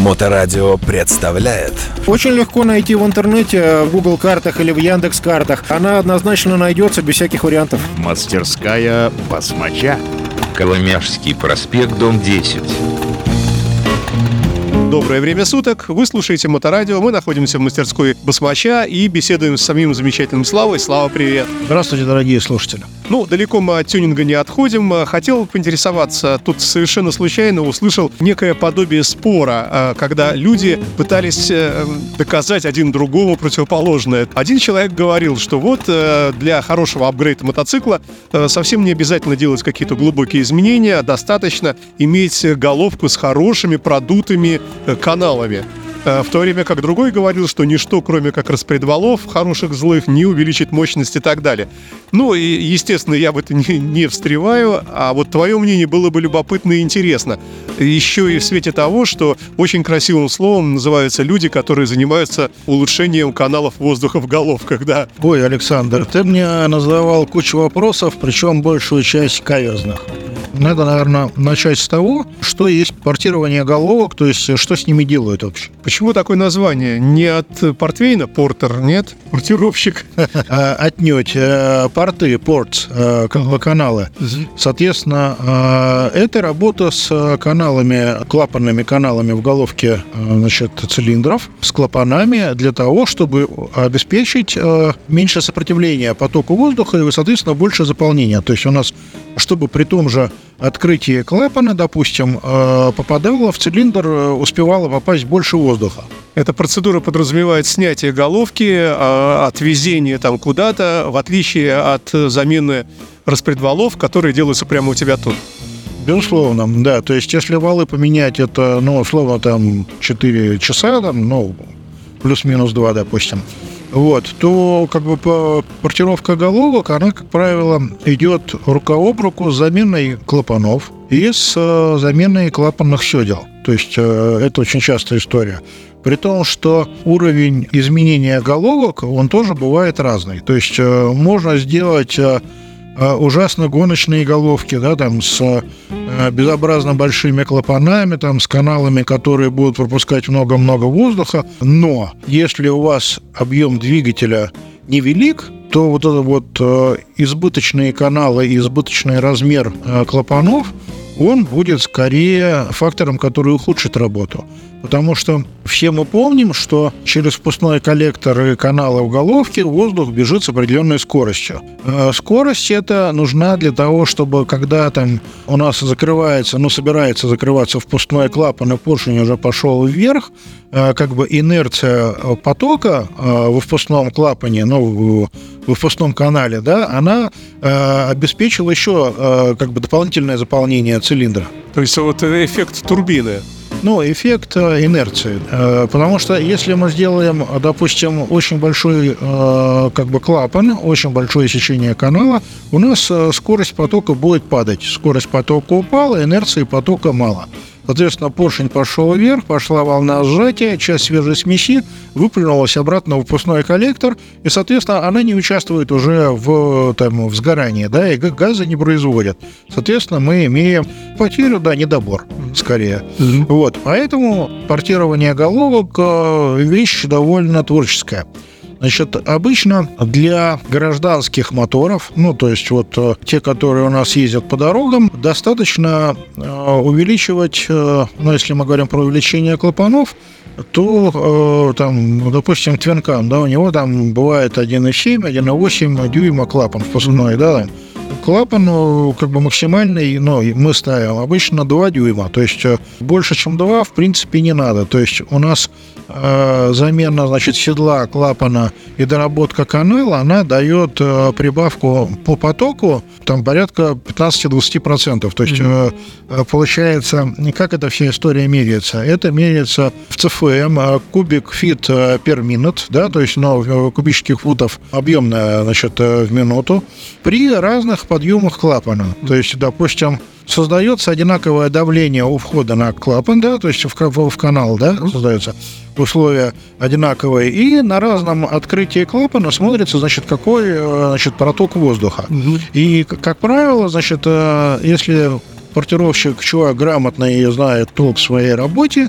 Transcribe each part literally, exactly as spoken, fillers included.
Моторадио представляет. Очень легко найти в интернете, в Google картах или в Яндекс картах. Она однозначно найдется без всяких вариантов. Мастерская басмача. Коломяжский проспект, дом десять. Доброе время суток, вы слушаете Моторадио, мы находимся в мастерской басмача и беседуем с самим замечательным Славой. Слава, привет! Здравствуйте, дорогие слушатели. Ну, далеко мы от тюнинга не отходим. Хотел поинтересоваться, тут совершенно случайно услышал некое подобие спора, когда люди пытались доказать один другому противоположное. Один человек говорил, что вот для хорошего апгрейда мотоцикла совсем не обязательно делать какие-то глубокие изменения, достаточно иметь головку с хорошими продутыми каналами. В то время как другой говорил, что ничто, кроме как распредвалов, хороших, злых, не увеличит мощность и так далее. Ну, и, естественно, я в это не, не встреваю, а вот твое мнение было бы любопытно и интересно. Еще и в свете того, что очень красивым словом называются люди, которые занимаются улучшением каналов воздуха в головках, да. Ой, Александр, ты мне называл кучу вопросов, причем большую часть каверзных. Надо, наверное, начать с того, что есть портирование головок, то есть что с ними делают вообще. Почему такое название? Не от портвейна, портер, нет? Портировщик. Отнюдь. Порты, портс, как бы каналы. Соответственно, это работа с каналами, клапанными каналами в головке, значит, цилиндров, с клапанами для того, чтобы обеспечить меньше сопротивления потоку воздуха и, соответственно, больше заполнения. То есть у нас, чтобы при том же открытие клапана, допустим, попадало в цилиндр, успевало попасть больше воздуха. Эта процедура подразумевает снятие головки, отвезение там куда-то, в отличие от замены распредвалов, которые делаются прямо у тебя тут. Безусловно, да. То есть, если валы поменять, это, ну, условно, там, четыре часа, там, ну, плюс-минус два, допустим, вот, то как бы портировка головок, она, как правило, идет рука об руку с заменой клапанов и с заменой клапанных сёдел. То есть это очень частая история. При том, что уровень изменения головок, он тоже бывает разный. То есть можно сделать ужасно гоночные головки, да, там с безобразно большими клапанами, там с каналами, которые будут пропускать много-много воздуха. Но если у вас объем двигателя невелик, то вот это вот э, избыточные каналы и избыточный размер э, клапанов, он будет скорее фактором, который ухудшит работу. Потому что все мы помним, что через впускной коллектор и каналы в головке воздух бежит с определенной скоростью. Э, скорость эта нужна для того, чтобы когда там у нас закрывается, ну, собирается закрываться впускной клапан, и поршень уже пошел вверх, э, как бы инерция потока э, во впускном клапане, ну, в, в впускном канале, да, она э, обеспечила еще э, как бы дополнительное заполнение цилиндра. То есть вот эффект турбины. Ну, эффект инерции. Потому что если мы сделаем, допустим, очень большой как бы клапан, очень большое сечение канала, у нас скорость потока будет падать. Скорость потока упала, инерции потока мало. Соответственно, поршень пошел вверх, пошла волна сжатия, часть свежей смеси выплюнулась обратно в выпускной коллектор, и, соответственно, она не участвует уже в, там, в сгорании, да, и газы не производят. Соответственно, мы имеем потерю, да, недобор, скорее. Mm-hmm. Вот, поэтому портирование головок – вещь довольно творческая. Значит, обычно для гражданских моторов, ну, то есть вот э, те, которые у нас ездят по дорогам, достаточно э, увеличивать, э, ну, если мы говорим про увеличение клапанов, то, э, там, допустим, твинкам, да, у него там бывает один и семь, один и восемь дюйма клапан впускной, да, клапан, ну, как бы максимальный, ну, мы ставим обычно два дюйма, то есть больше, чем два, в принципе, не надо. То есть у нас э, замена, значит, седла, клапана и доработка канала, она дает э, прибавку по потоку, там, порядка пятнадцать-двадцать процентов. То есть mm-hmm. э, получается, как эта вся история меряется? Это меряется в цэ эф эм, кубик фит per minute, да, то есть, ну, кубических футов объемная, значит, в минуту, при разных подъемах клапана. То есть, допустим, создается одинаковое давление у входа на клапан, да, то есть в, в, в канал, да, создается условия одинаковые, и на разном открытии клапана смотрится, значит, какой, значит, проток воздуха. Угу. И, как правило, значит, если портировщик, чувак грамотный и знает толк в своей работе,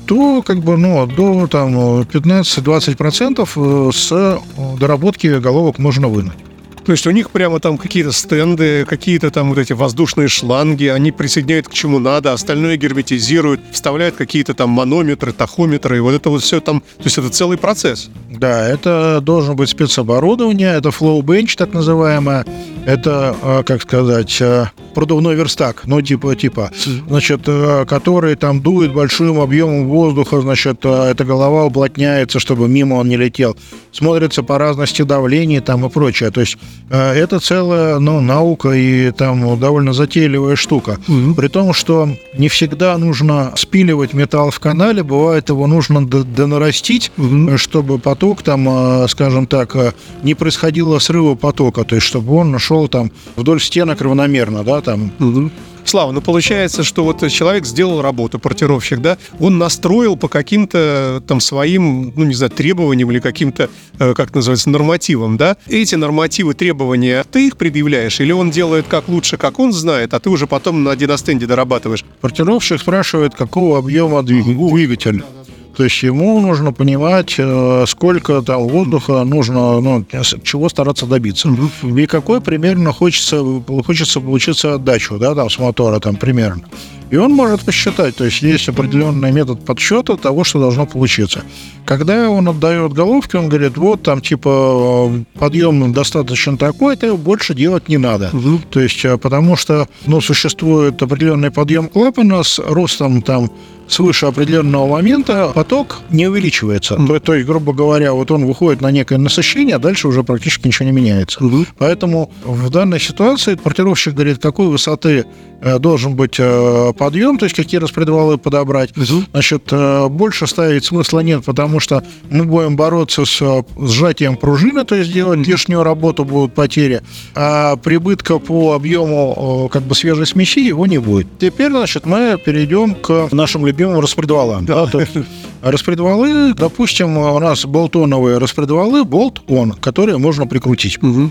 то как бы, ну, до там, пятнадцать-двадцать процентов с доработки головок можно вынуть. То есть у них прямо там какие-то стенды, какие-то там вот эти воздушные шланги, они присоединяют к чему надо, остальное герметизируют, вставляют какие-то там манометры, тахометры, и вот это вот все там, то есть это целый процесс. Да, это должен быть спецоборудование, это flow bench так называемое, это, как сказать, продувной верстак, ну типа, типа, значит, который там дует большим объемом воздуха, значит, эта голова уплотняется, чтобы мимо он не летел, смотрится по разности давлений там и прочее, то есть это целая, ну, наука и там довольно затейливая штука. Mm-hmm. При том, что не всегда нужно спиливать металл в канале, бывает его нужно донарастить, mm-hmm. чтобы поток там, скажем так, не происходило срыва потока, то есть чтобы он шел там вдоль стенок равномерно, да, там. Mm-hmm. Слава, ну получается, что вот человек сделал работу, портировщик, да, он настроил по каким-то там своим, ну не знаю, требованиям или каким-то, э, как называется, нормативам, да? Эти нормативы, требования, ты их предъявляешь, или он делает как лучше, как он знает, а ты уже потом на династенде дорабатываешь? Портировщик спрашивает, какого объема двигатель. То есть ему нужно понимать, сколько там воздуха нужно, ну, чего стараться добиться. Mm-hmm. И какой примерно хочется, хочется получиться отдачу, да, там, с мотора, там, примерно. И он может посчитать, то есть есть определенный метод подсчета того, что должно получиться. Когда он отдает головки, он говорит, вот там типа подъем достаточно такой-то, больше делать не надо. Угу. То есть потому что, ну, существует определенный подъем клапана с ростом там свыше определенного момента, поток не увеличивается. Mm-hmm. То, то есть, грубо говоря, вот он выходит на некое насыщение, а дальше уже практически ничего не меняется. Mm-hmm. Поэтому в данной ситуации портировщик говорит, какой высоты э, должен быть э, подъем, то есть какие распредвалы подобрать. Mm-hmm. Значит, э, больше ставить смысла нет, потому что мы будем бороться с э, сжатием пружины, то есть делать лишнюю работу, будут потери, а прибытка по объему э, как бы свежей смеси его не будет. Теперь, значит, мы перейдем к нашим любимым распредвалам. Да. Да, распредвалы, допустим, у нас болтоновые распредвалы, болт-он, которые можно прикрутить. Угу.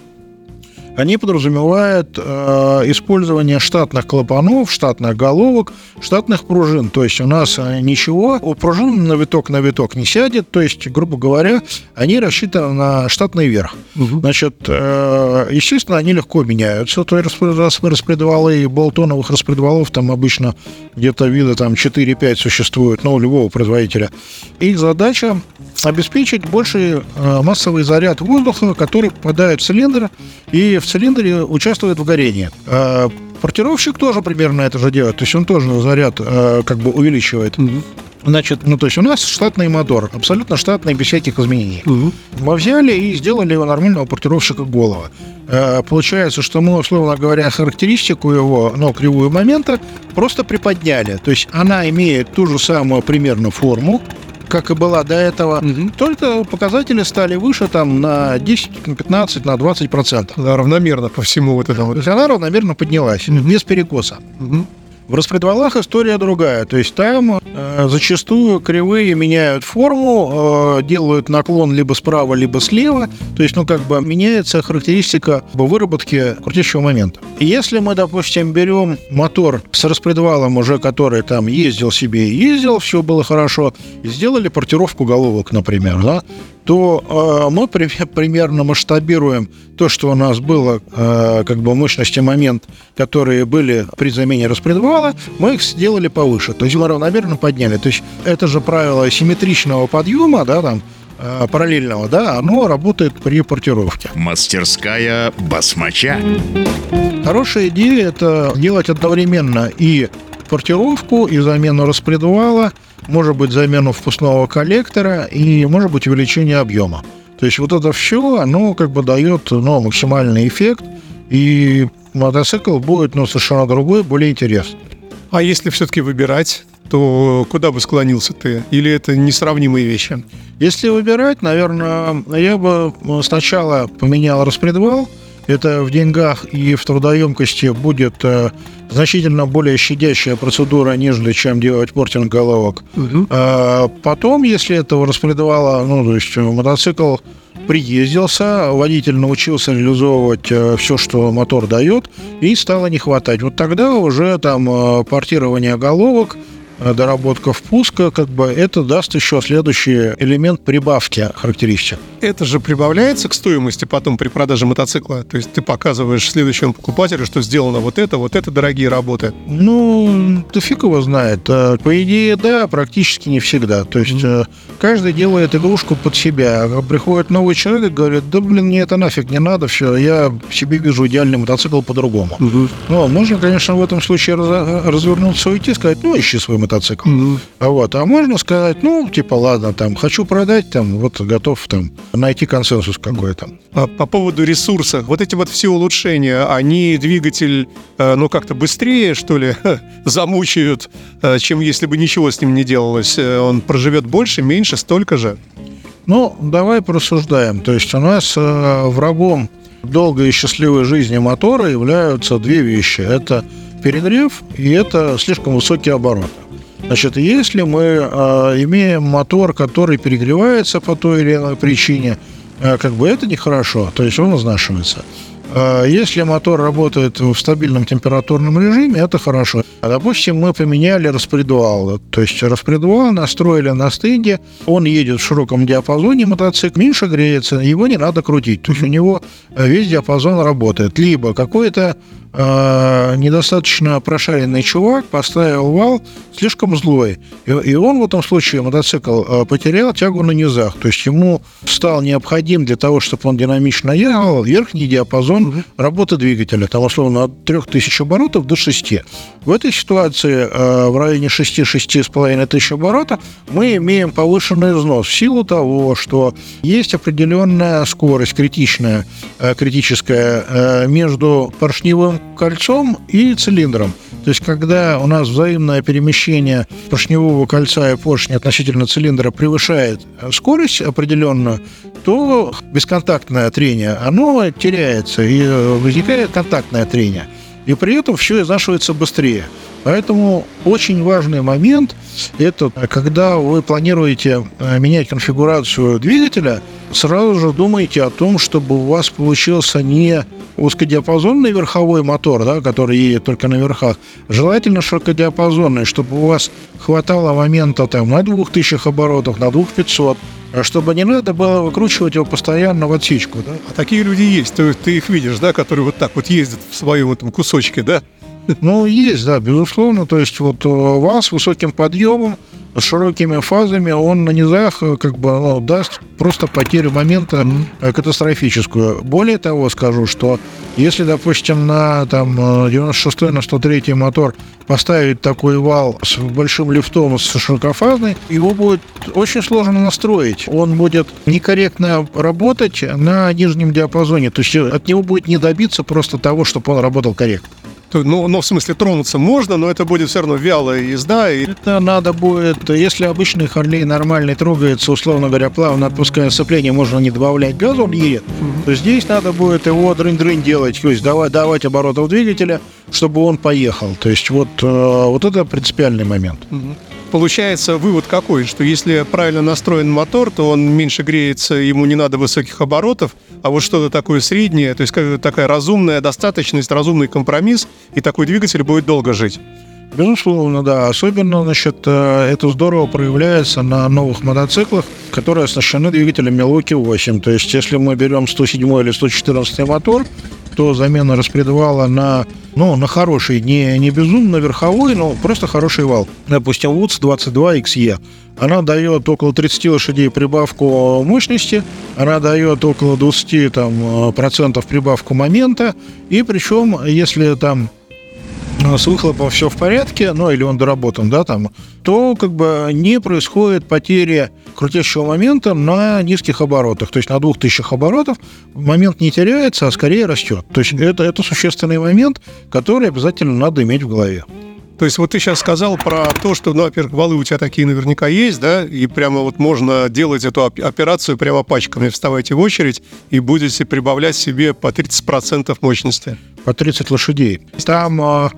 Они подразумевают э, использование штатных клапанов, штатных головок, штатных пружин. То есть у нас ничего, у пружин на виток на виток не сядет. То есть, грубо говоря, они рассчитаны на штатный верх. Угу. Значит, э, естественно, они легко меняются. То есть распредвалы и болтоновых распредвалов там обычно где-то вида там четыре-пять существует, но у любого производителя. Их задача обеспечить больший э, массовый заряд воздуха, который попадает в цилиндр и в цилиндре участвует в горении. Э, портировщик тоже примерно это же делает, то есть он тоже заряд э, как бы увеличивает. Mm-hmm. Значит, ну то есть у нас штатный мотор, абсолютно штатный, без всяких изменений. Mm-hmm. Мы взяли и сделали его нормального портировщика голова. Э, получается, что мы, условно говоря, характеристику его, ну, кривую момента, просто приподняли. То есть она имеет ту же самую примерно форму, как и была до этого, угу. Только показатели стали выше там на десять, на пятнадцать, на двадцать процентов. Да, равномерно по всему вот этому. То есть она равномерно поднялась, угу. без перекоса. Угу. В распредвалах история другая. То есть там э, зачастую кривые меняют форму, э, делают наклон либо справа, либо слева. То есть, ну, как бы меняется характеристика выработки крутящего момента. И если мы, допустим, берем мотор с распредвалом уже, который там ездил себе и ездил, все было хорошо, и сделали портировку головок, например, да, то э, мы при, примерно масштабируем то, что у нас было, э, как бы мощности момент, которые были при замене распредвала, мы их сделали повыше, то есть мы равномерно подняли. То есть это же правило симметричного подъема, да, там, э, параллельного, да, оно работает при портировке. Мастерская басмача. Хорошая идея – это делать одновременно и портировку, и замену распредвала, может быть, замену впускного коллектора и, может быть, увеличение объема. То есть вот это все, оно как бы дает, ну, максимальный эффект, и мотоцикл будет, ну, совершенно другой, более интересный. А если все-таки выбирать, то куда бы склонился ты? Или это несравнимые вещи? Если выбирать, наверное, я бы сначала поменял распредвал. Это в деньгах и в трудоемкости будет э, значительно более щадящая процедура, нежели чем делать портинг головок. Угу. А потом, если этого распредвала, ну, то есть мотоцикл приездился, водитель научился реализовывать э, все, что мотор дает, и стало не хватать. Вот тогда уже там э, портирование головок доработка впуска, как бы это даст еще следующий элемент прибавки характеристик. Это же прибавляется к стоимости потом при продаже мотоцикла? То есть ты показываешь следующему покупателю, что сделано вот это, вот это дорогие работы? Ну, да фиг его знает. По идее, да, практически не всегда. То есть mm-hmm. каждый делает игрушку под себя. Приходит новый человек и говорит: да, блин, мне это нафиг не надо, все, я себе вижу идеальный мотоцикл по-другому. Mm-hmm. Ну, можно, конечно, в этом случае раз- развернуться и уйти, сказать: ну, ищи свой мотоцикл. Mm-hmm. А, вот, а можно сказать: ну, типа, ладно, там, хочу продать, там, вот, готов там найти консенсус какой-то. А по поводу ресурсов, вот эти вот все улучшения, они двигатель, ну, как-то быстрее, что ли, замучают, чем если бы ничего с ним не делалось? Он проживет больше, меньше, столько же? Ну, давай порассуждаем. То есть у нас э, врагом долгой и счастливой жизни мотора являются две вещи. Это перегрев и это слишком высокие обороты. Значит, если мы э, имеем мотор, который перегревается по той или иной причине, э, как бы это нехорошо, то есть он изнашивается. Э, если мотор работает в стабильном температурном режиме, это хорошо. А, допустим, мы поменяли распредвал, то есть распредвал настроили на стенде, он едет в широком диапазоне, мотоцикл меньше греется, его не надо крутить, то есть у него весь диапазон работает. Либо какой-то э, недостаточно прошаренный чувак поставил вал слишком злой, и, и он в этом случае, мотоцикл, э, потерял тягу на низах, то есть ему стал необходим для того, чтобы он динамично ехал, верхний диапазон mm-hmm. работы двигателя, там условно от трех тысяч оборотов до шести. В этой ситуации э, в районе шести-шести с половиной тысяч оборотов мы имеем повышенный износ в силу того, что есть определенная скорость критичная, э, критическая э, между поршневым кольцом и цилиндром. То есть, когда у нас взаимное перемещение поршневого кольца и поршня относительно цилиндра превышает скорость определенную, то бесконтактное трение, оно теряется, и возникает контактное трение. И при этом все изнашивается быстрее. Поэтому очень важный момент – это когда вы планируете менять конфигурацию двигателя, сразу же думайте о том, чтобы у вас получился не узкодиапазонный верховой мотор, да, который едет только на верхах, желательно широкодиапазонный, чтобы у вас хватало момента там, на двух тысячах оборотов, на двух тысячах пятисот, чтобы не надо было выкручивать его постоянно в отсечку. Да? А такие люди есть, ты, ты их видишь, да, которые вот так вот ездят в своем этом кусочке, да? Ну, есть, да, безусловно. То есть вот вал с высоким подъемом, с широкими фазами, он на низах как бы ну, даст просто потерю момента катастрофическую. Более того, скажу, что если, допустим, на там, девяносто шестой, на сто третий мотор поставить такой вал с большим лифтом, с широкофазной, его будет очень сложно настроить. Он будет некорректно работать на нижнем диапазоне. То есть от него будет не добиться просто того, чтобы он работал корректно. Ну, ну, в смысле, тронуться можно, но это будет все равно вялая езда. И... Это надо будет, если обычный Харлей нормальный трогается, условно говоря, плавно отпуская сцепление, можно не добавлять газа, он едет, mm-hmm. то здесь надо будет его дрынь-дрынь делать, то есть давать, давать оборотов двигателя, чтобы он поехал. То есть вот, вот это принципиальный момент. Mm-hmm. Получается, вывод какой, что если правильно настроен мотор, то он меньше греется, ему не надо высоких оборотов, а вот что-то такое среднее, то есть такая разумная достаточность, разумный компромисс, и такой двигатель будет долго жить. Безусловно, да. Особенно, значит, это здорово проявляется на новых мотоциклах, которые оснащены двигателем Milwaukee восемь. То есть, если мы берем сто седьмой или сто четырнадцатый мотор, то замена распредвала на, ну, на хороший, не, не безумно верховой, но просто хороший вал. Допустим, Woods двадцать два икс и. Она дает около тридцать лошадей прибавку мощности, она дает около двадцать там, процентов прибавку момента, и причем, если там с выхлопом все в порядке, ну или он доработан, да, там, то как бы не происходит потери крутящего момента на низких оборотах. То есть на двух тысячах оборотов момент не теряется, а скорее растет. То есть это, это существенный момент, который обязательно надо иметь в голове. То есть вот ты сейчас сказал про то, что, ну, во-первых, валы у тебя такие наверняка есть, да, и прямо вот можно делать эту операцию прямо пачками. Вставайте в очередь и будете прибавлять себе по тридцать процентов мощности. По тридцать лошадей. Там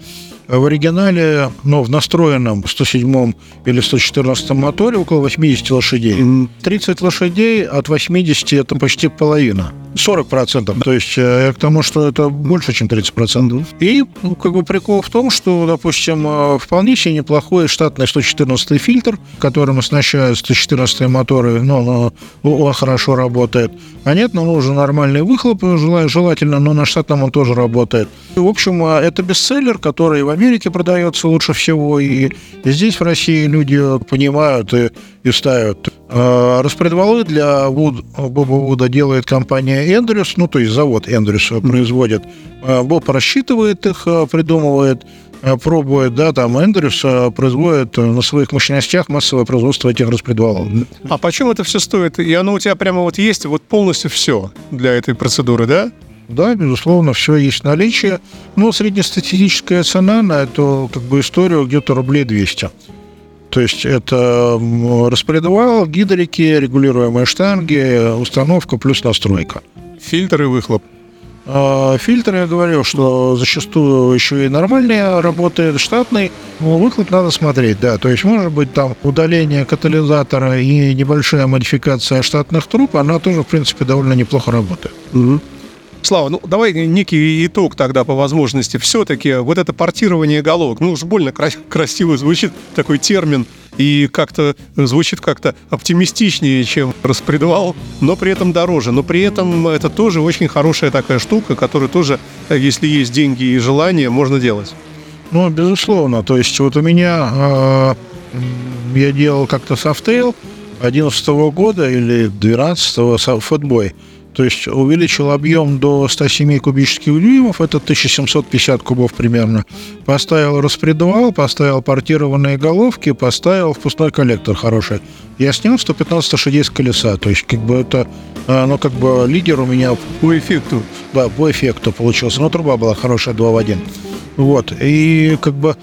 В оригинале, ну, в настроенном сто седьмом или сто четырнадцатом моторе около восемьдесят лошадей. тридцать лошадей от восьмидесяти это почти половина. сорок процентов. То есть э, к тому, что это больше, чем тридцать процентов. И ну, как бы прикол в том, что, допустим, э, вполне себе неплохой штатный сто четырнадцатый фильтр, которым оснащают сто четырнадцатые моторы, но, но он хорошо работает. А нет, ну, нужен нормальный выхлоп, желательно, но на штатном он тоже работает. И, в общем, это бестселлер, который в Америке продается лучше всего, и здесь, в России, люди понимают и, и ставят. А распредвалы для Wood, Боба Вуда делает компания Эндрюс, ну, то есть завод Эндрюс производит. Боб рассчитывает их, придумывает, пробует, да, там Эндрюс производит на своих мощностях массовое производство этих распредвалов. А почем это все стоит? И оно у тебя прямо вот есть, вот полностью все для этой процедуры, да? Да, безусловно, все есть в наличии. Но среднестатистическая цена на эту как бы историю где-то рублей двести. То есть это распредвал, гидрики, регулируемые штанги, установка плюс настройка. Фильтр и выхлоп. Фильтр, я говорил, что зачастую еще и нормальный работает, штатный, но выхлоп надо смотреть, да. То есть, может быть, там удаление катализатора и небольшая модификация штатных труб, она тоже, в принципе, довольно неплохо работает. Угу. Слава, ну давай некий итог тогда по возможности. Все-таки вот это портирование головок, ну уж больно крас- красиво звучит такой термин, и как-то звучит как-то оптимистичнее, чем распредвал, но при этом дороже. Но при этом это тоже очень хорошая такая штука, которую тоже, если есть деньги и желание, можно делать. Ну, безусловно. То есть вот у меня, э, я делал как-то софтейл одиннадцатого года или двенадцатого фэтбой. То есть увеличил объем до ста семи кубических дюймов, это тысяча семьсот пятьдесят кубов примерно. Поставил распредвал, поставил портированные головки, поставил впускной коллектор хороший. Я снял сто пятнадцать сто шестьдесят колеса. То есть как бы это, ну как бы лидер у меня по эффекту. Да, по эффекту получился. Но труба была хорошая два в один. Вот. И как бы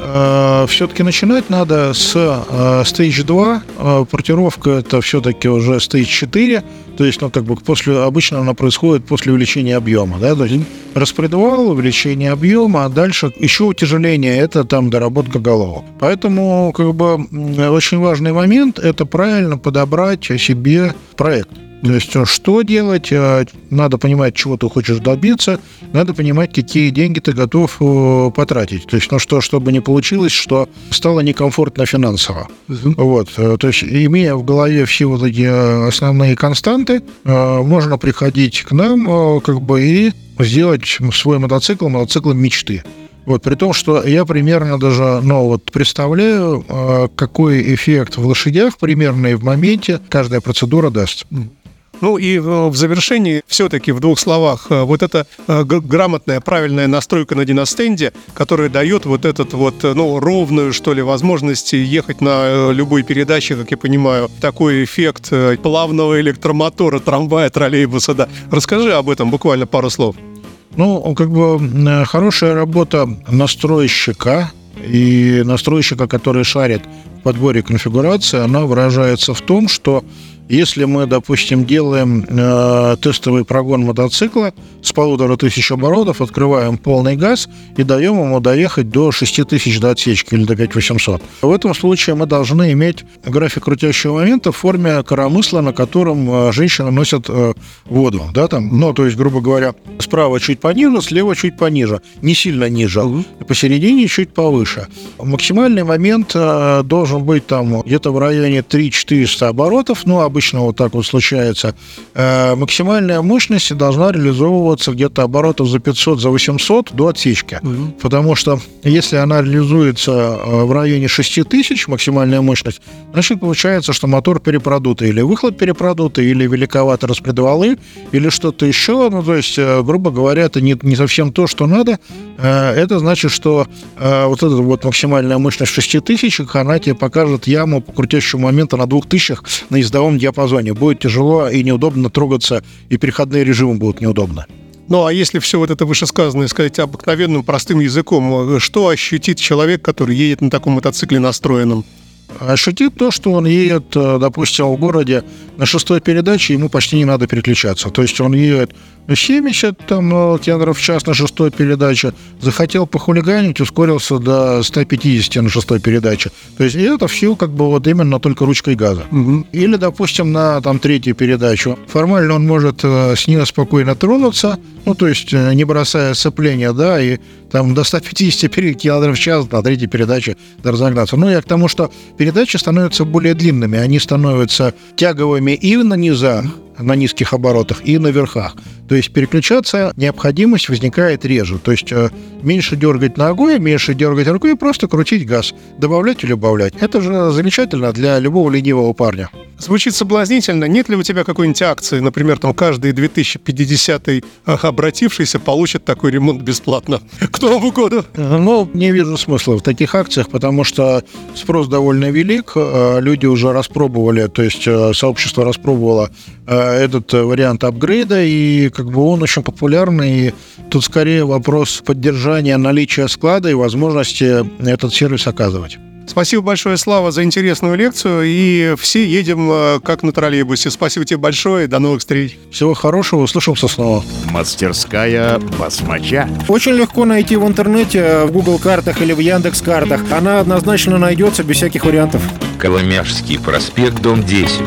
э, все-таки начинать надо с э, стейдж два. Э, портировка это все-таки уже стейдж четыре. То есть, ну, как бы после, обычно она происходит после увеличения объема, да, то есть распредвал, увеличение объема, а дальше еще утяжеление, это там доработка головок. Поэтому, как бы, очень важный момент – это правильно подобрать себе проект. То есть, что делать, надо понимать, чего ты хочешь добиться, надо понимать, какие деньги ты готов потратить. То есть, ну что, чтобы не получилось, что стало некомфортно финансово. Вот, то есть, имея в голове все вот эти основные константы, можно приходить к нам, как бы, и сделать свой мотоцикл мотоциклом мечты. Вот, при том, что я примерно даже, ну, вот, представляю, какой эффект в лошадях примерно и в моменте каждая процедура даст. Ну и в завершении все-таки в двух словах вот эта грамотная, правильная настройка на диностенде, которая дает вот этот вот, ну, ровную, что ли, возможность ехать на любой передаче, как я понимаю, такой эффект плавного электромотора, трамвая, троллейбуса, да. Расскажи об этом буквально пару слов. Ну, как бы хорошая работа настройщика и настройщика, который шарит в подборе конфигурации, она выражается в том, что если мы, допустим, делаем э, тестовый прогон мотоцикла с полутора тысяч оборотов, открываем полный газ и даем ему доехать до шести тысяч до отсечки или до пять тысяч восемьсот. В этом случае мы должны иметь график крутящего момента в форме коромысла, на котором э, женщины носят э, воду. Да, там, ну, то есть, грубо говоря, справа чуть пониже, слева чуть пониже, не сильно ниже, посередине чуть повыше. Максимальный момент э, должен быть там где-то в районе три-четыре четыреста оборотов, ну, обычно вот так вот случается. Э, максимальная мощность должна реализовываться где-то оборотов за пятьсот, за восемьсот до отсечки. Угу. Потому что если она реализуется в районе шести тысяч, максимальная мощность, значит, получается, что мотор перепродутый, или выхлоп перепродутый, или великовато распредвалы, или что-то еще. Ну, то есть, грубо говоря, это не, не совсем то, что надо. Э, это значит, что э, вот эта вот максимальная мощность в шести тысячах, она тебе покажет яму по крутящему моменту на двух тысячах на ездовом диапазоне. Будет тяжело и неудобно трогаться, и переходные режимы будут неудобны. Ну, а если все вот это вышесказанное сказать обыкновенным простым языком, что ощутит человек, который едет на таком мотоцикле настроенном? Ощутит то, что он едет, допустим, в городе на шестой передаче, ему почти не надо переключаться. То есть он едет семьдесят там, километров в час на шестой передаче, захотел похулиганить, ускорился до сто пятьдесят на шестой передаче. То есть это все как бы вот именно только ручкой газа. Угу. Или, допустим, на там третью передачу. Формально он может с нее спокойно тронуться, ну, то есть не бросая сцепления, да, и там до ста пятидесяти километров в час на третьей передаче разогнаться. Ну, я к тому, что передачи становятся более длинными, они становятся тяговыми и на низах, на низких оборотах, и на верхах. То есть переключаться необходимость возникает реже. То есть э, меньше дергать ногой, меньше дергать рукой, просто крутить газ, добавлять или убавлять. Это же замечательно для любого ленивого парня. Звучит соблазнительно. Нет ли у тебя какой-нибудь акции, например, там каждый две тысячи пятидесятый обратившийся получит такой ремонт бесплатно к Новому году? Ну, не вижу смысла в таких акциях, потому что спрос довольно велик. Люди уже распробовали, то есть сообщество распробовало этот вариант апгрейда, и как бы он очень популярный. И тут скорее вопрос поддержания наличия склада и возможности этот сервис оказывать. Спасибо большое, Слава, за интересную лекцию. И все едем как на троллейбусе. Спасибо тебе большое. До новых встреч. Всего хорошего. Услышимся снова. Мастерская басмача. Очень легко найти в интернете, в Google картах или в Яндекс картах. Она однозначно найдется без всяких вариантов. Коломяжский проспект, дом десять.